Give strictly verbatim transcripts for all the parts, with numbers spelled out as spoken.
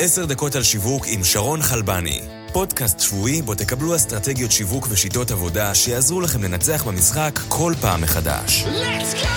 עשר דקות על שיווק עם שרון חלבני. פודקאסט שבועי בו תקבלו אסטרטגיות שיווק ושיטות עבודה שיעזרו לכם לנצח במשחק כל פעם מחדש. Let's go!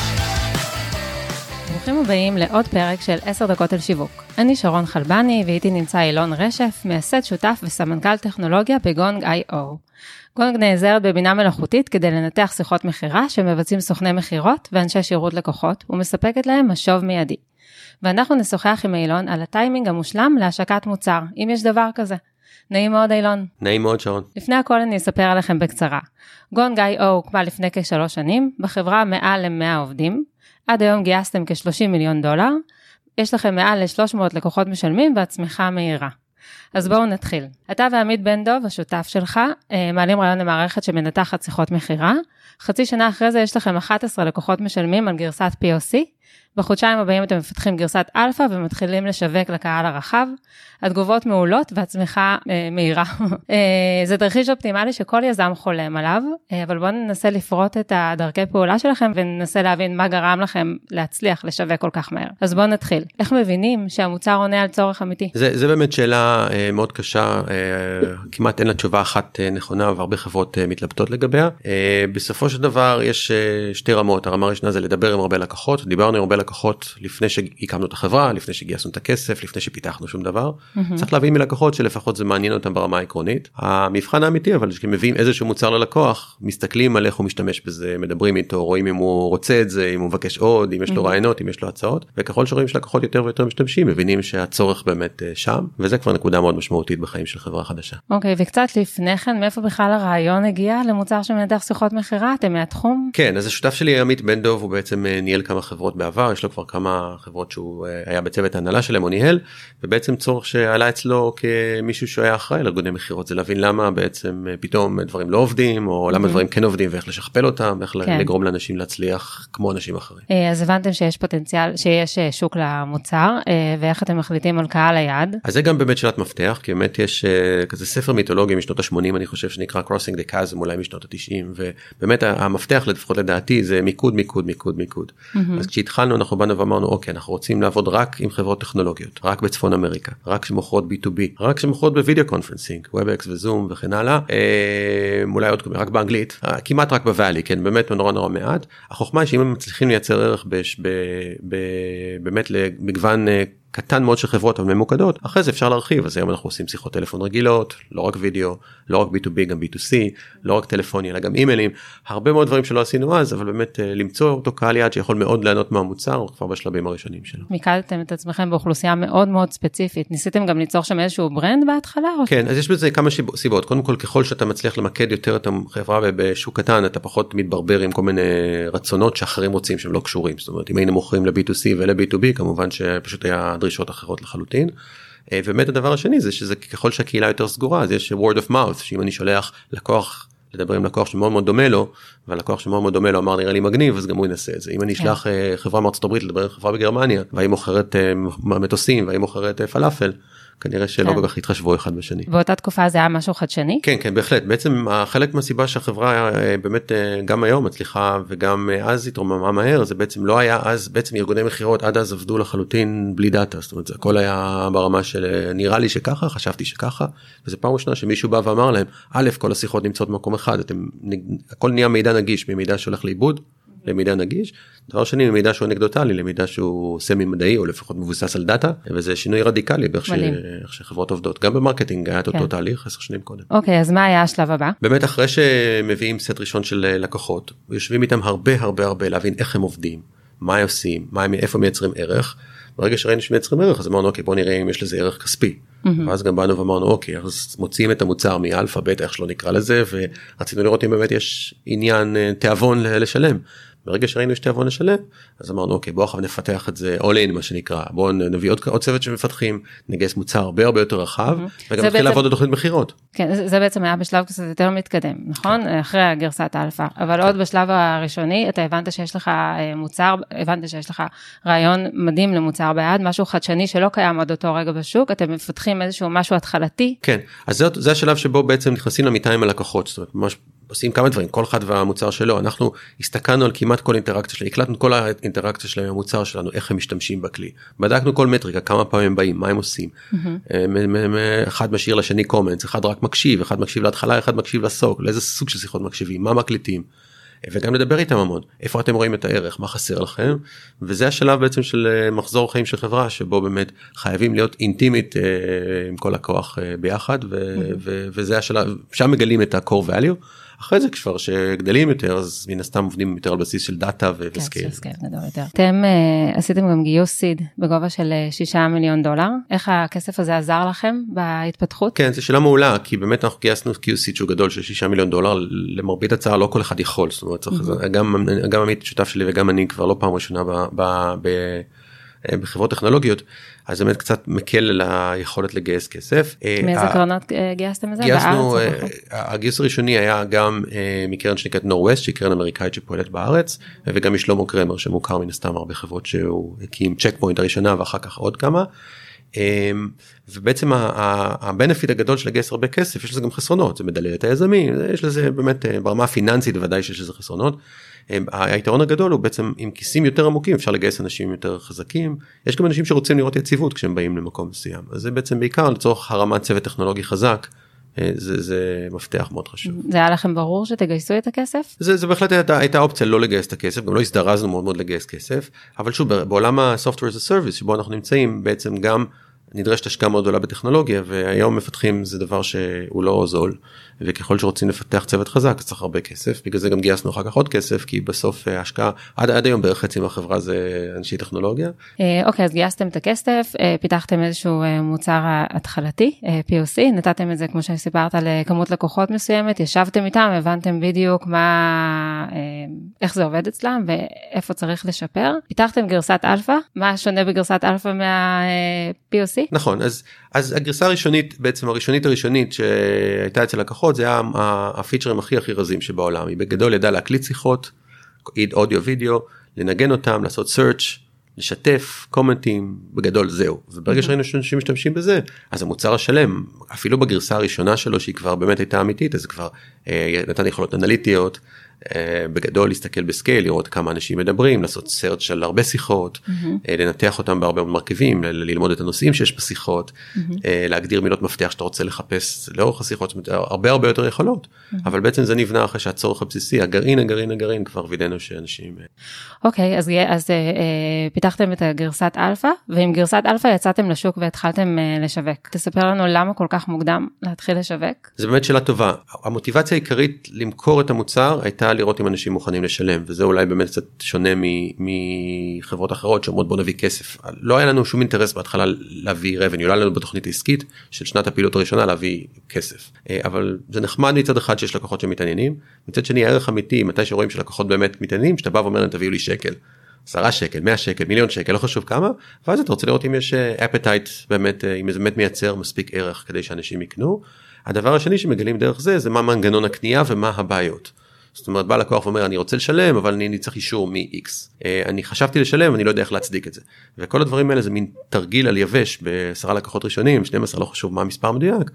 ברוכים הבאים לעוד פרק של עשר דקות על שיווק. אני שרון חלבני ואיתי נמצא אילון רשף, מייסד שותף וסמנכ"ל טכנולוגיה בגונג איי או. גונג נעזרת בבינה מלאכותית כדי לנתח שיחות מחירה שמבצעים סוכני מחירות ואנשי שירות לקוחות ומספקת להם משוב מיידי. ואנחנו נשוחח עם אילון על הטיימינג המושלם להשקת מוצר, אם יש דבר כזה. נעים מאוד אילון. נעים מאוד שרון. לפני הכל אני אספר עליכם בקצרה. גונג איי או הוקמה לפני כשלוש שנים, בחברה מעל ל-מאה עובדים, עד היום גייסתם כ-שלושים מיליון דולר, יש לכם מעל ל-שלוש מאות לקוחות משלמים והצמיחה מהירה. אז בואו נתחיל. אתה ועמית בן דוב, השותף שלך, מעלים רעיון למערכת שמנתחת שיחות מחירה. חצי שנה אחרי זה יש לכם אחת עשרה לקוחות משלמים על גרסת פי או סי. בחודשיים הבאים אתם מפתחים גרסת אלפא ומתחילים לשווק לקהל הרחב. התגובות מעולות והצמיחה אה, מהירה. אה, זה תרחיש אופטימלי שכל יזם חולם עליו, אה, אבל בואו ננסה לפרוט את הדרכי פעולה שלכם וננסה להבין מה גרם לכם להצליח לשווק כל כך מהר. אז בואו נתחיל. איך מבינים שהמוצר עונה על צורך אמיתי? זה, זה באמת שאלה אה, מאוד קשה, אה, כמעט אין לה תשובה אחת אה, נכונה והרבה חברות אה, מתלבטות לגביה. אה, בסופו של דבר יש אה, שתי רמות. הרמה הראשונה זה לדבר עם הרבה לקוחות. דיברנו עם הרבה לקוחות לפני שהקמנו את החברה, לפני שגייסנו את הכסף, לפני שפיתחנו שום דבר. Mm-hmm. צריך להבין מלקוחות שלפחות זה מעניין אותם ברמה העקרונית. המבחן האמיתי, אבל כשמביאים איזשהו מוצר ללקוח, מסתכלים על איך הוא משתמש בזה, מדברים איתו, רואים אם הוא רוצה את זה, אם הוא מבקש עוד, אם יש לו mm-hmm. רעיונות, אם יש לו הצעות, וככל שרואים שלקוחות יותר ויותר משתמשים, מבינים שהצורך באמת שם, וזה כבר נקודה מאוד משמעותית בחיים של חברה חדשה. אוקיי, okay, וקצת לפני כן, מאיפה בכלל הרעיון הגיע למוצר שמנתח שיחות מחירה? אתם מהתחום? כן, אז השותף שלי, עמית בן דוב, הוא בעצם ניהל כמה חברות בעבר, יש לו כבר כמה חברות שהוא היה בצוות ההנהלה שלהם, הוא ניהל, ובעצם צורך שעלה אצלו כמישהו שהיה אחראי לארגוני מחירות, זה להבין למה בעצם פתאום דברים לא עובדים, או למה דברים כן עובדים, ואיך לשכפל אותם, ואיך לגרום לאנשים להצליח כמו אנשים אחרים. אז הבנתם שיש פוטנציאל, שיש שוק למוצר, ואיך אתם מחליטים על קהל היעד? אז זה גם באמת שאלת מפתח, כי באמת יש כזה ספר מיתולוגי משנות ה-שמונים, אני חושב שנקרא Crossing the Chasm, אולי משנות ה-תשעים, ובאמת המפתח, לפחות לדעתי, זה מיקוד, מיקוד, מיקוד, מיקוד. אז כשהתחלנו, אנחנו באנו ואמרנו, אוקיי, אנחנו רוצים לעבוד רק עם חברות טכנולוגיות, רק בצפון אמריקה, רק שמוכרות בי טו בי, רק שמוכרות בווידאו קונפרנסינג, וובקס וזום וכן הלאה, אולי עוד רק באנגלית, כמעט רק בוואלי, כן, באמת נורא נורא מעט. החוכמה היא שאם הם מצליחים לייצר ערך באמת למגוון קטן מאוד של חברות הממוקדות, אחרי זה אפשר להרחיב, אז היום אנחנו עושים שיחות טלפון רגילות, לא רק וידאו, לא רק בי טו בי, גם בי טו סי, לא רק טלפוני, אלא גם אימיילים, הרבה מאוד דברים שלא עשינו אז, אבל באמת למצוא אותו קהל יעד שיכול מאוד לענות מהמוצר, כבר בשלבים הראשונים שלו. מיקדתם את עצמכם באוכלוסייה מאוד מאוד ספציפית, ניסיתם גם ליצור שם איזשהו ברנד בהתחלה? כן, אז יש בזה כמה סיבות, קודם כל ככל שאתה מצליח למקד יותר את החברה בשוק קטן, אתה פחות מתברבר עם כל מיני רצונות שאחרים רוצים שהם לא קשורים, זאת אומרת, אם היינו מוכרים ל-בי טו סי ול-בי טו בי, כמובן שפשוט היה דרישות אחרות לחלוטין. ובאמת הדבר השני זה שזה ככל שהקהילה יותר סגורה, אז יש word of mouth, שאם אני שולח לקוח, לדבר עם לקוח שמאוד מאוד דומה לו, והלקוח שמאוד מאוד דומה לו אמר נראה לי מגניב, אז גם הוא ינסה את זה. אם אני אשלח חברה מארצות הברית לדבר עם חברה בגרמניה, והיא מוכרת מטוסים, והיא מוכרת פלאפל, כנראה שלא כל כך התחשבו אחד בשני. באותה תקופה זה היה משהו חדשני? כן, כן, בהחלט. בעצם חלק מהסיבה שהחברה באמת גם היום מצליחה וגם אז התרוממה מהר, זה בעצם לא היה אז, בעצם ארגוני מחירות עד אז עבדו לחלוטין בלי דאטה, זאת אומרת, זה הכל היה ברמה של נראה לי שככה, חשבתי שככה, וזה פעם ראשונה שמישהו בא ואמר להם, א', כל השיחות נמצאות במקום אחד, אתם, הכל נהיה מידע נגיש, ממידע שהולך לאיבוד, למידע נגיש, דבר שני, למידע שהוא אנקדוטלי, למידע שהוא סמי-מדעי, או לפחות מבוסס על דאטה, וזה שינוי רדיקלי, באיך שחברות עובדות. גם במרקטינג היה את אותו תהליך, עשר שנים קודם. אוקיי, אז מה היה השלב הבא? באמת, אחרי שמביאים סט ראשון של לקוחות, יושבים איתם הרבה הרבה הרבה להבין איך הם עובדים, מה הם עושים, איפה מייצרים ערך. ברגע שראינו שמייצרים ערך, אז אמרנו, אוקיי, בוא נראה אם יש לזה ערך כספי. ואז גם באנו ואמרנו, אוקיי, אז מוציאים את המוצר מאלפא, בטא, איך שלא נקרא לזה, ורצינו לראות אם באמת יש עניין תיאבון לשלם. ברגע שראינו יש תיאבון לשלם, אז אמרנו, אוקיי, בואו עכשיו נפתח את זה all in, מה שנקרא, בואו נביא עוד, עוד צוות שמפתחים, נגייס מוצר הרבה הרבה יותר רחב, וגם נתחיל לעבוד על תוכנית מחירות. כן, זה, זה בעצם היה בשלב קצת יותר מתקדם, נכון? כן. אחרי הגרסת האלפא, אבל כן. עוד בשלב הראשוני, אתה הבנת שיש לך מוצר, הבנת שיש לך רעיון מדהים למוצר ביד, משהו חדשני שלא קיים עד אותו רגע בשוק, אתם מפתחים איזשהו משהו התחלתי. כן, אז זה, זה השלב שבו בעצם נכנסים למיטה עם הלקוחות, זאת אומרת, ממש עושים כמה דברים, כל אחד והמוצר שלו, אנחנו הסתכלנו על כמעט כל אינטראקציה שלנו, הקלטנו כל האינטראקציה שלהם במוצר שלנו, איך הם משתמשים בכלי, בדקנו כל מטריקה, כמה פעמים הם באים, מה הם עושים, אחד משאיר לשני קומנטס, אחד רק מקשיב, אחד מקשיב להתחלה, אחד מקשיב לסוף, לאיזה סוג של שיחות מקשיבים, מה מקליטים, וגם לדבר איתם המון, איפה אתם רואים את הערך, מה חסר לכם, וזה השלב בעצם של מחזור חיים של חברה, שבו באמת חייבים להיות אינטימית עם כל הכוח ביחד, וזה השלב, שם מגלים את ה-core value, אחרי זה כבר שגדלים יותר, אז מן הסתם עובדים יותר על בסיס של דאטה וסקייל. כן, סקייל גדול יותר. אתם עשיתם גם גיוס סיד בגובה של שישה מיליון דולר, איך הכסף הזה עזר לכם בהתפתחות? כן, זו שאלה מעולה, כי באמת אנחנו גייסנו גיוס סיד שהוא גדול של שישה מיליון דולר, למרבית הצעה לא כל אחד יכול, זאת אומרת, גם עמית שותף שלי וגם אני כבר לא פעם ראשונה בחברות טכנולוגיות, אז זה באמת קצת מקל על היכולת לגייס כסף. מאיזה קרנות גייסתם את זה? גייסנו, הגיוס הראשוני היה גם מקרן שנקראת נורווסט, שהיא קרן אמריקאית שפועלת בארץ, וגם משלמה קרמר שמוכר מן הסתם הרבה חברות שהוא הקים צ'ק פוינט הראשונה ואחר כך עוד כמה. ובעצם הבנפיט הגדול של לגייס הרבה כסף, יש לזה גם חסרונות, זה מדלל את היזמים, יש לזה באמת ברמה הפיננסית ודאי שיש לזה חסרונות. היתרון הגדול הוא בעצם עם כיסים יותר עמוקים, אפשר לגייס אנשים יותר חזקים, יש גם אנשים שרוצים לראות יציבות כשהם באים למקום מסוים, אז זה בעצם בעיקר לצורך הרמת צוות טכנולוגי חזק, זה, זה מפתח מאוד חשוב. זה היה לכם ברור שתגייסו את הכסף? זה, זה בהחלט הייתה, הייתה אופציה לא לגייס את הכסף, גם לא הזדרזנו מאוד מאוד לגייס כסף, אבל שוב, בעולם ה-Software as a Service, שבו אנחנו נמצאים, בעצם גם נדרשת השקעה מאוד גדולה בטכנולוגיה, והיום מפתחים זה דבר שהוא לא זול, וככל שרוצים לפתח צוות חזק, צריך הרבה כסף, בגלל זה גם גייסנו אחר כך עוד כסף, כי בסוף ההשקעה, עד, עד היום בערך חצי מהחברה זה אנשי טכנולוגיה. אוקיי, אז גייסתם את הכסף, פיתחתם איזשהו מוצר התחלתי, פי או סי, נתתם את זה, כמו שסיפרת, לכמות לקוחות מסוימת, ישבתם איתם, הבנתם בדיוק מה, איך זה עובד אצלם, ואיפה צריך לשפר. פיתחתם גרסת אלפא, מה שונה בגרסת אלפא מה-פי או סי? נכון, אז, אז הגרסה הראשונית, בעצם הראשונית הראשונית שהייתה אצל לקוחות, זה היה הפיצ'רים הכי הכי רזים שבעולם. היא בגדול ידעה להקליט שיחות, אודיו וידאו, לנגן אותם, לעשות search, לשתף, קומנטים, בגדול זהו. וברגע שראינו שאנשים משתמשים בזה, אז המוצר השלם, אפילו בגרסה הראשונה שלו, שהיא כבר באמת הייתה אמיתית, אז כבר אה, נתן יכולות אנליטיות, אה, בגדול להסתכל בסקייל, לראות כמה אנשים מדברים, לעשות search של הרבה שיחות, mm-hmm. אה, לנתח אותם בהרבה מרכיבים, ל- ללמוד את הנושאים שיש בשיחות, mm-hmm. אה, להגדיר מילות מפתח שאתה רוצה לחפש לאורך השיחות, זאת אומרת, הרבה הרבה יותר יכולות, mm-hmm. אבל בעצם זה נבנה אחרי שהצורך הבסיסי, הגרעין, הגרעין, הגרעין, כבר וידאנו שאנשים... אוקיי, אז, אז אה, פיתחתם את הגרסת אלפא, ועם גרסת אלפא יצאתם לשוק והתחלתם אה, לשווק. תספר לנו למה כל כך מוקדם להתחיל לשווק? זה באמת שאלה טובה. המוטיבציה העיקרית למכור את המוצר הייתה לראות אם אנשים מוכנים לשלם, וזה אולי באמת קצת שונה מחברות אחרות שאומרות בוא נביא כסף. לא היה לנו שום אינטרס בהתחלה להביא revenue, לא היה לנו בתוכנית העסקית של שנת הפעילות הראשונה להביא כסף. אבל זה נחמד מצד אחד שיש לקוחות שמתעניינים, מצד שני הערך אמיתי, מתי שרואים שלקוחות באמת מתעניינים, שאתה בא ואומר להם תביאו לי שקל, עשרה שקל, מאה שקל, מיליון שקל, לא חשוב כמה, ואז אתה רוצה לראות אם יש אפטייט באמת, אם זה באמת מייצר מספיק ערך כדי שאנשים יקנו. הדבר השני שמגלים דרך זה, זה מה מנגנון הקנייה ומה הבעיות. זאת אומרת, בא לקוח ואומר, אני רוצה לשלם, אבל אני צריך אישור מ-X. אני חשבתי לשלם, אני לא יודע איך להצדיק את זה. וכל הדברים האלה זה מין תרגיל על יבש, בעשרה לקוחות ראשונים, שנים עשר, לא חשוב מה המספר מדויק,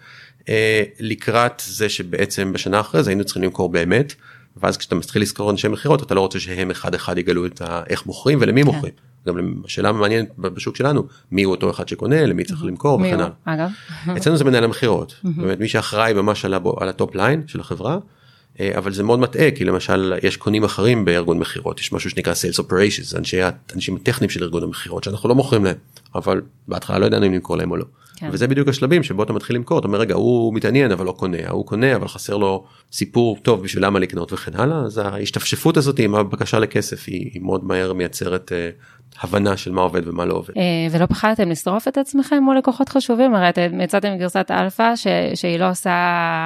לקראת זה שבעצם בשנה אחרי זה היינו צריכים למכור באמת, ואז כשאתה מתחיל לזכור אנשי מחירות, אתה לא רוצה שהם אחד אחד יגלו את איך מוכרים ולמי מוכרים. גם השאלה מעניינת בשוק שלנו, מי הוא אותו אחד שקונה, למי צריך למכור וכן הלאה. אצלנו זה מנהל המחירות, באמת מי שאחראי ממש על הטופ ליין של החברה, אבל זה מאוד מטעה, כי למשל יש קונים אחרים בארגון מחירות, יש משהו שנקרא Sales Operations, אנשי, אנשים הטכניים של ארגון המחירות, שאנחנו לא מוכרים להם, אבל בהתחלה לא ידענו אם למכור להם או לא. כן. וזה בדיוק השלבים שבו אתה מתחיל למכור, אתה אומר רגע, הוא מתעניין אבל לא קונה, הוא קונה אבל חסר לו סיפור טוב בשביל למה לקנות וכן הלאה, אז ההשתפשפות הזאת עם הבקשה לכסף היא, היא מאוד מהר מייצרת uh, הבנה של מה עובד ומה לא עובד. ולא פחדתם לשרוף את עצמכם מול לקוחות חשובים, הרי אתם יצאתם מגרסת אלפא ש, שהיא לא עושה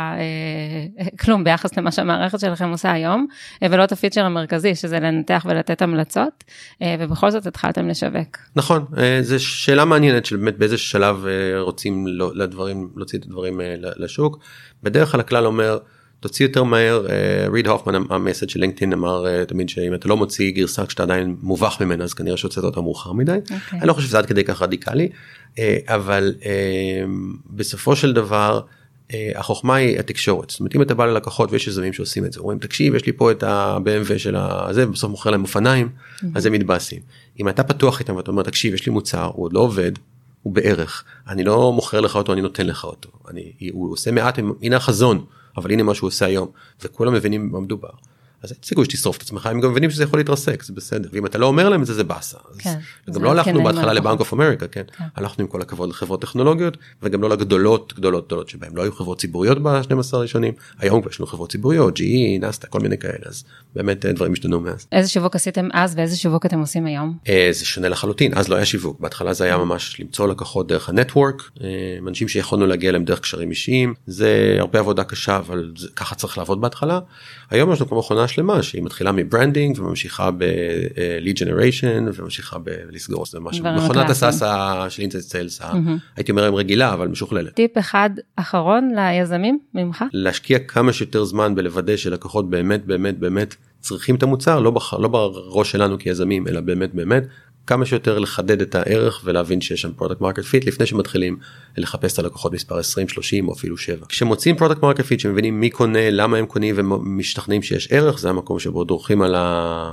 אה, כלום ביחס למה שהמערכת שלכם עושה היום, ולא את הפיצ'ר המרכזי שזה לנתח ולתת המלצות, אה, ובכל זאת התחלתם לשווק. נכון, אה, זו שאלה מעניינת של באמת באיזה שלב אה, רוצים לא, לדברים, להוציא את הדברים אה, לשוק. בדרך כלל הכלל אומר, תוציא יותר מהר, ריד הופמן, המסד של לינקדאין אמר תמיד שאם אתה לא מוציא גרסה כשאתה עדיין מובך ממנה, אז כנראה שהוצאת אותה מאוחר מדי. אני לא חושב שזה עד כדי כך רדיקלי, אבל בסופו של דבר, החוכמה היא התקשורת. זאת אומרת, אם אתה בא ללקוחות ויש יזמים שעושים את זה, אומרים, תקשיב, יש לי פה את ה-בי אם דאבליו של הזה, ובסוף מוכר להם אופניים, אז הם מתבאסים. אם אתה פתוח איתם ואתה אומר, תקשיב, יש לי מוצר, הוא עוד לא עובד, הוא בערך, אני לא מוכר לך אותו, אני נותן לך אותו. אני, הוא עושה מעט, הנה החזון, אבל הנה מה שהוא עושה היום, וכולם מבינים מה מדובר. אז תסיגו שתשרוף את עצמך, הם גם מבינים שזה יכול להתרסק, זה בסדר. ואם אתה לא אומר להם את זה, זה באסה. כן. גם לא הלכנו בהתחלה לבנק אוף אמריקה, כן? הלכנו עם כל הכבוד לחברות טכנולוגיות, וגם לא לגדולות, גדולות, גדולות, שבהם לא היו חברות ציבוריות ב-שנים עשר הראשונים, היום כבר יש לנו חברות ציבוריות, ג'י אי, נסטה, כל מיני כאלה, אז באמת דברים השתנו מאז. איזה שיווק עשיתם אז, ואיזה שיווק אתם עושים היום? זה שונה לחלוטין, אז לא היה שיווק, בהתחלה זה היה ממש למצוא לקוחות דרך הנטוורק, אנשים שיכולנו להגיע להם דרך קשרים אישיים, זה הרבה עבודה קשה, אבל ככה צריך לעבוד בהתחלה. היום יש לנו כמו מכונה שלמה שהיא מתחילה מברנדינג וממשיכה ב-lead generation וממשיכה בלסגור. זה משהו, מכונת הסאסה של אינסייד סיילס, הייתי אומר עם רגילה, אבל משוכללת. טיפ אחד אחרון ליזמים ממך? להשקיע כמה שיותר זמן בלוודא שלקוחות באמת באמת באמת צריכים את המוצר, לא בראש שלנו כיזמים, אלא באמת באמת, כמה שיותר לחדד את הערך ולהבין שיש שם product market fit לפני שמתחילים לחפש את הלקוחות מספר עשרים, שלושים או אפילו שבע. כשמוצאים product market fit שמבינים מי קונה, למה הם קונים ומשתכנעים שיש ערך, זה המקום שבו דורכים על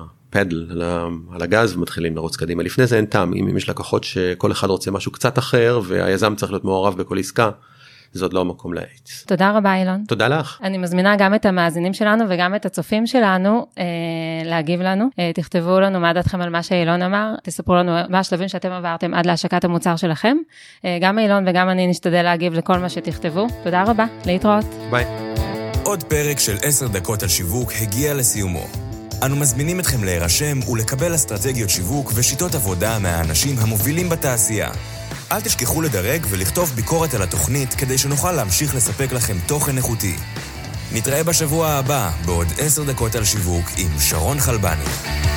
הפדל, על, ה, על הגז ומתחילים לרוץ קדימה. לפני זה אין טעם, אם יש לקוחות שכל אחד רוצה משהו קצת אחר והיזם צריך להיות מעורב בכל עסקה, זה עוד לא המקום להאיץ. תודה רבה אילון. תודה לך. אני מזמינה גם את המאזינים שלנו וגם את הצופים שלנו אה, להגיב לנו. אה, תכתבו לנו מה דעתכם על מה שאילון אמר, תספרו לנו מה השלבים שאתם עברתם עד להשקת המוצר שלכם. אה, גם אילון וגם אני נשתדל להגיב לכל מה שתכתבו. תודה רבה, להתראות. ביי. עוד פרק של עשר דקות על שיווק הגיע לסיומו. אנו מזמינים אתכם להירשם ולקבל אסטרטגיות שיווק ושיטות עבודה מהאנשים המובילים בתעשייה. אל תשכחו לדרג ולכתוב ביקורת על התוכנית כדי שנוכל להמשיך לספק לכם תוכן איכותי. נתראה בשבוע הבא בעוד עשר דקות על שיווק עם שרון חלבני.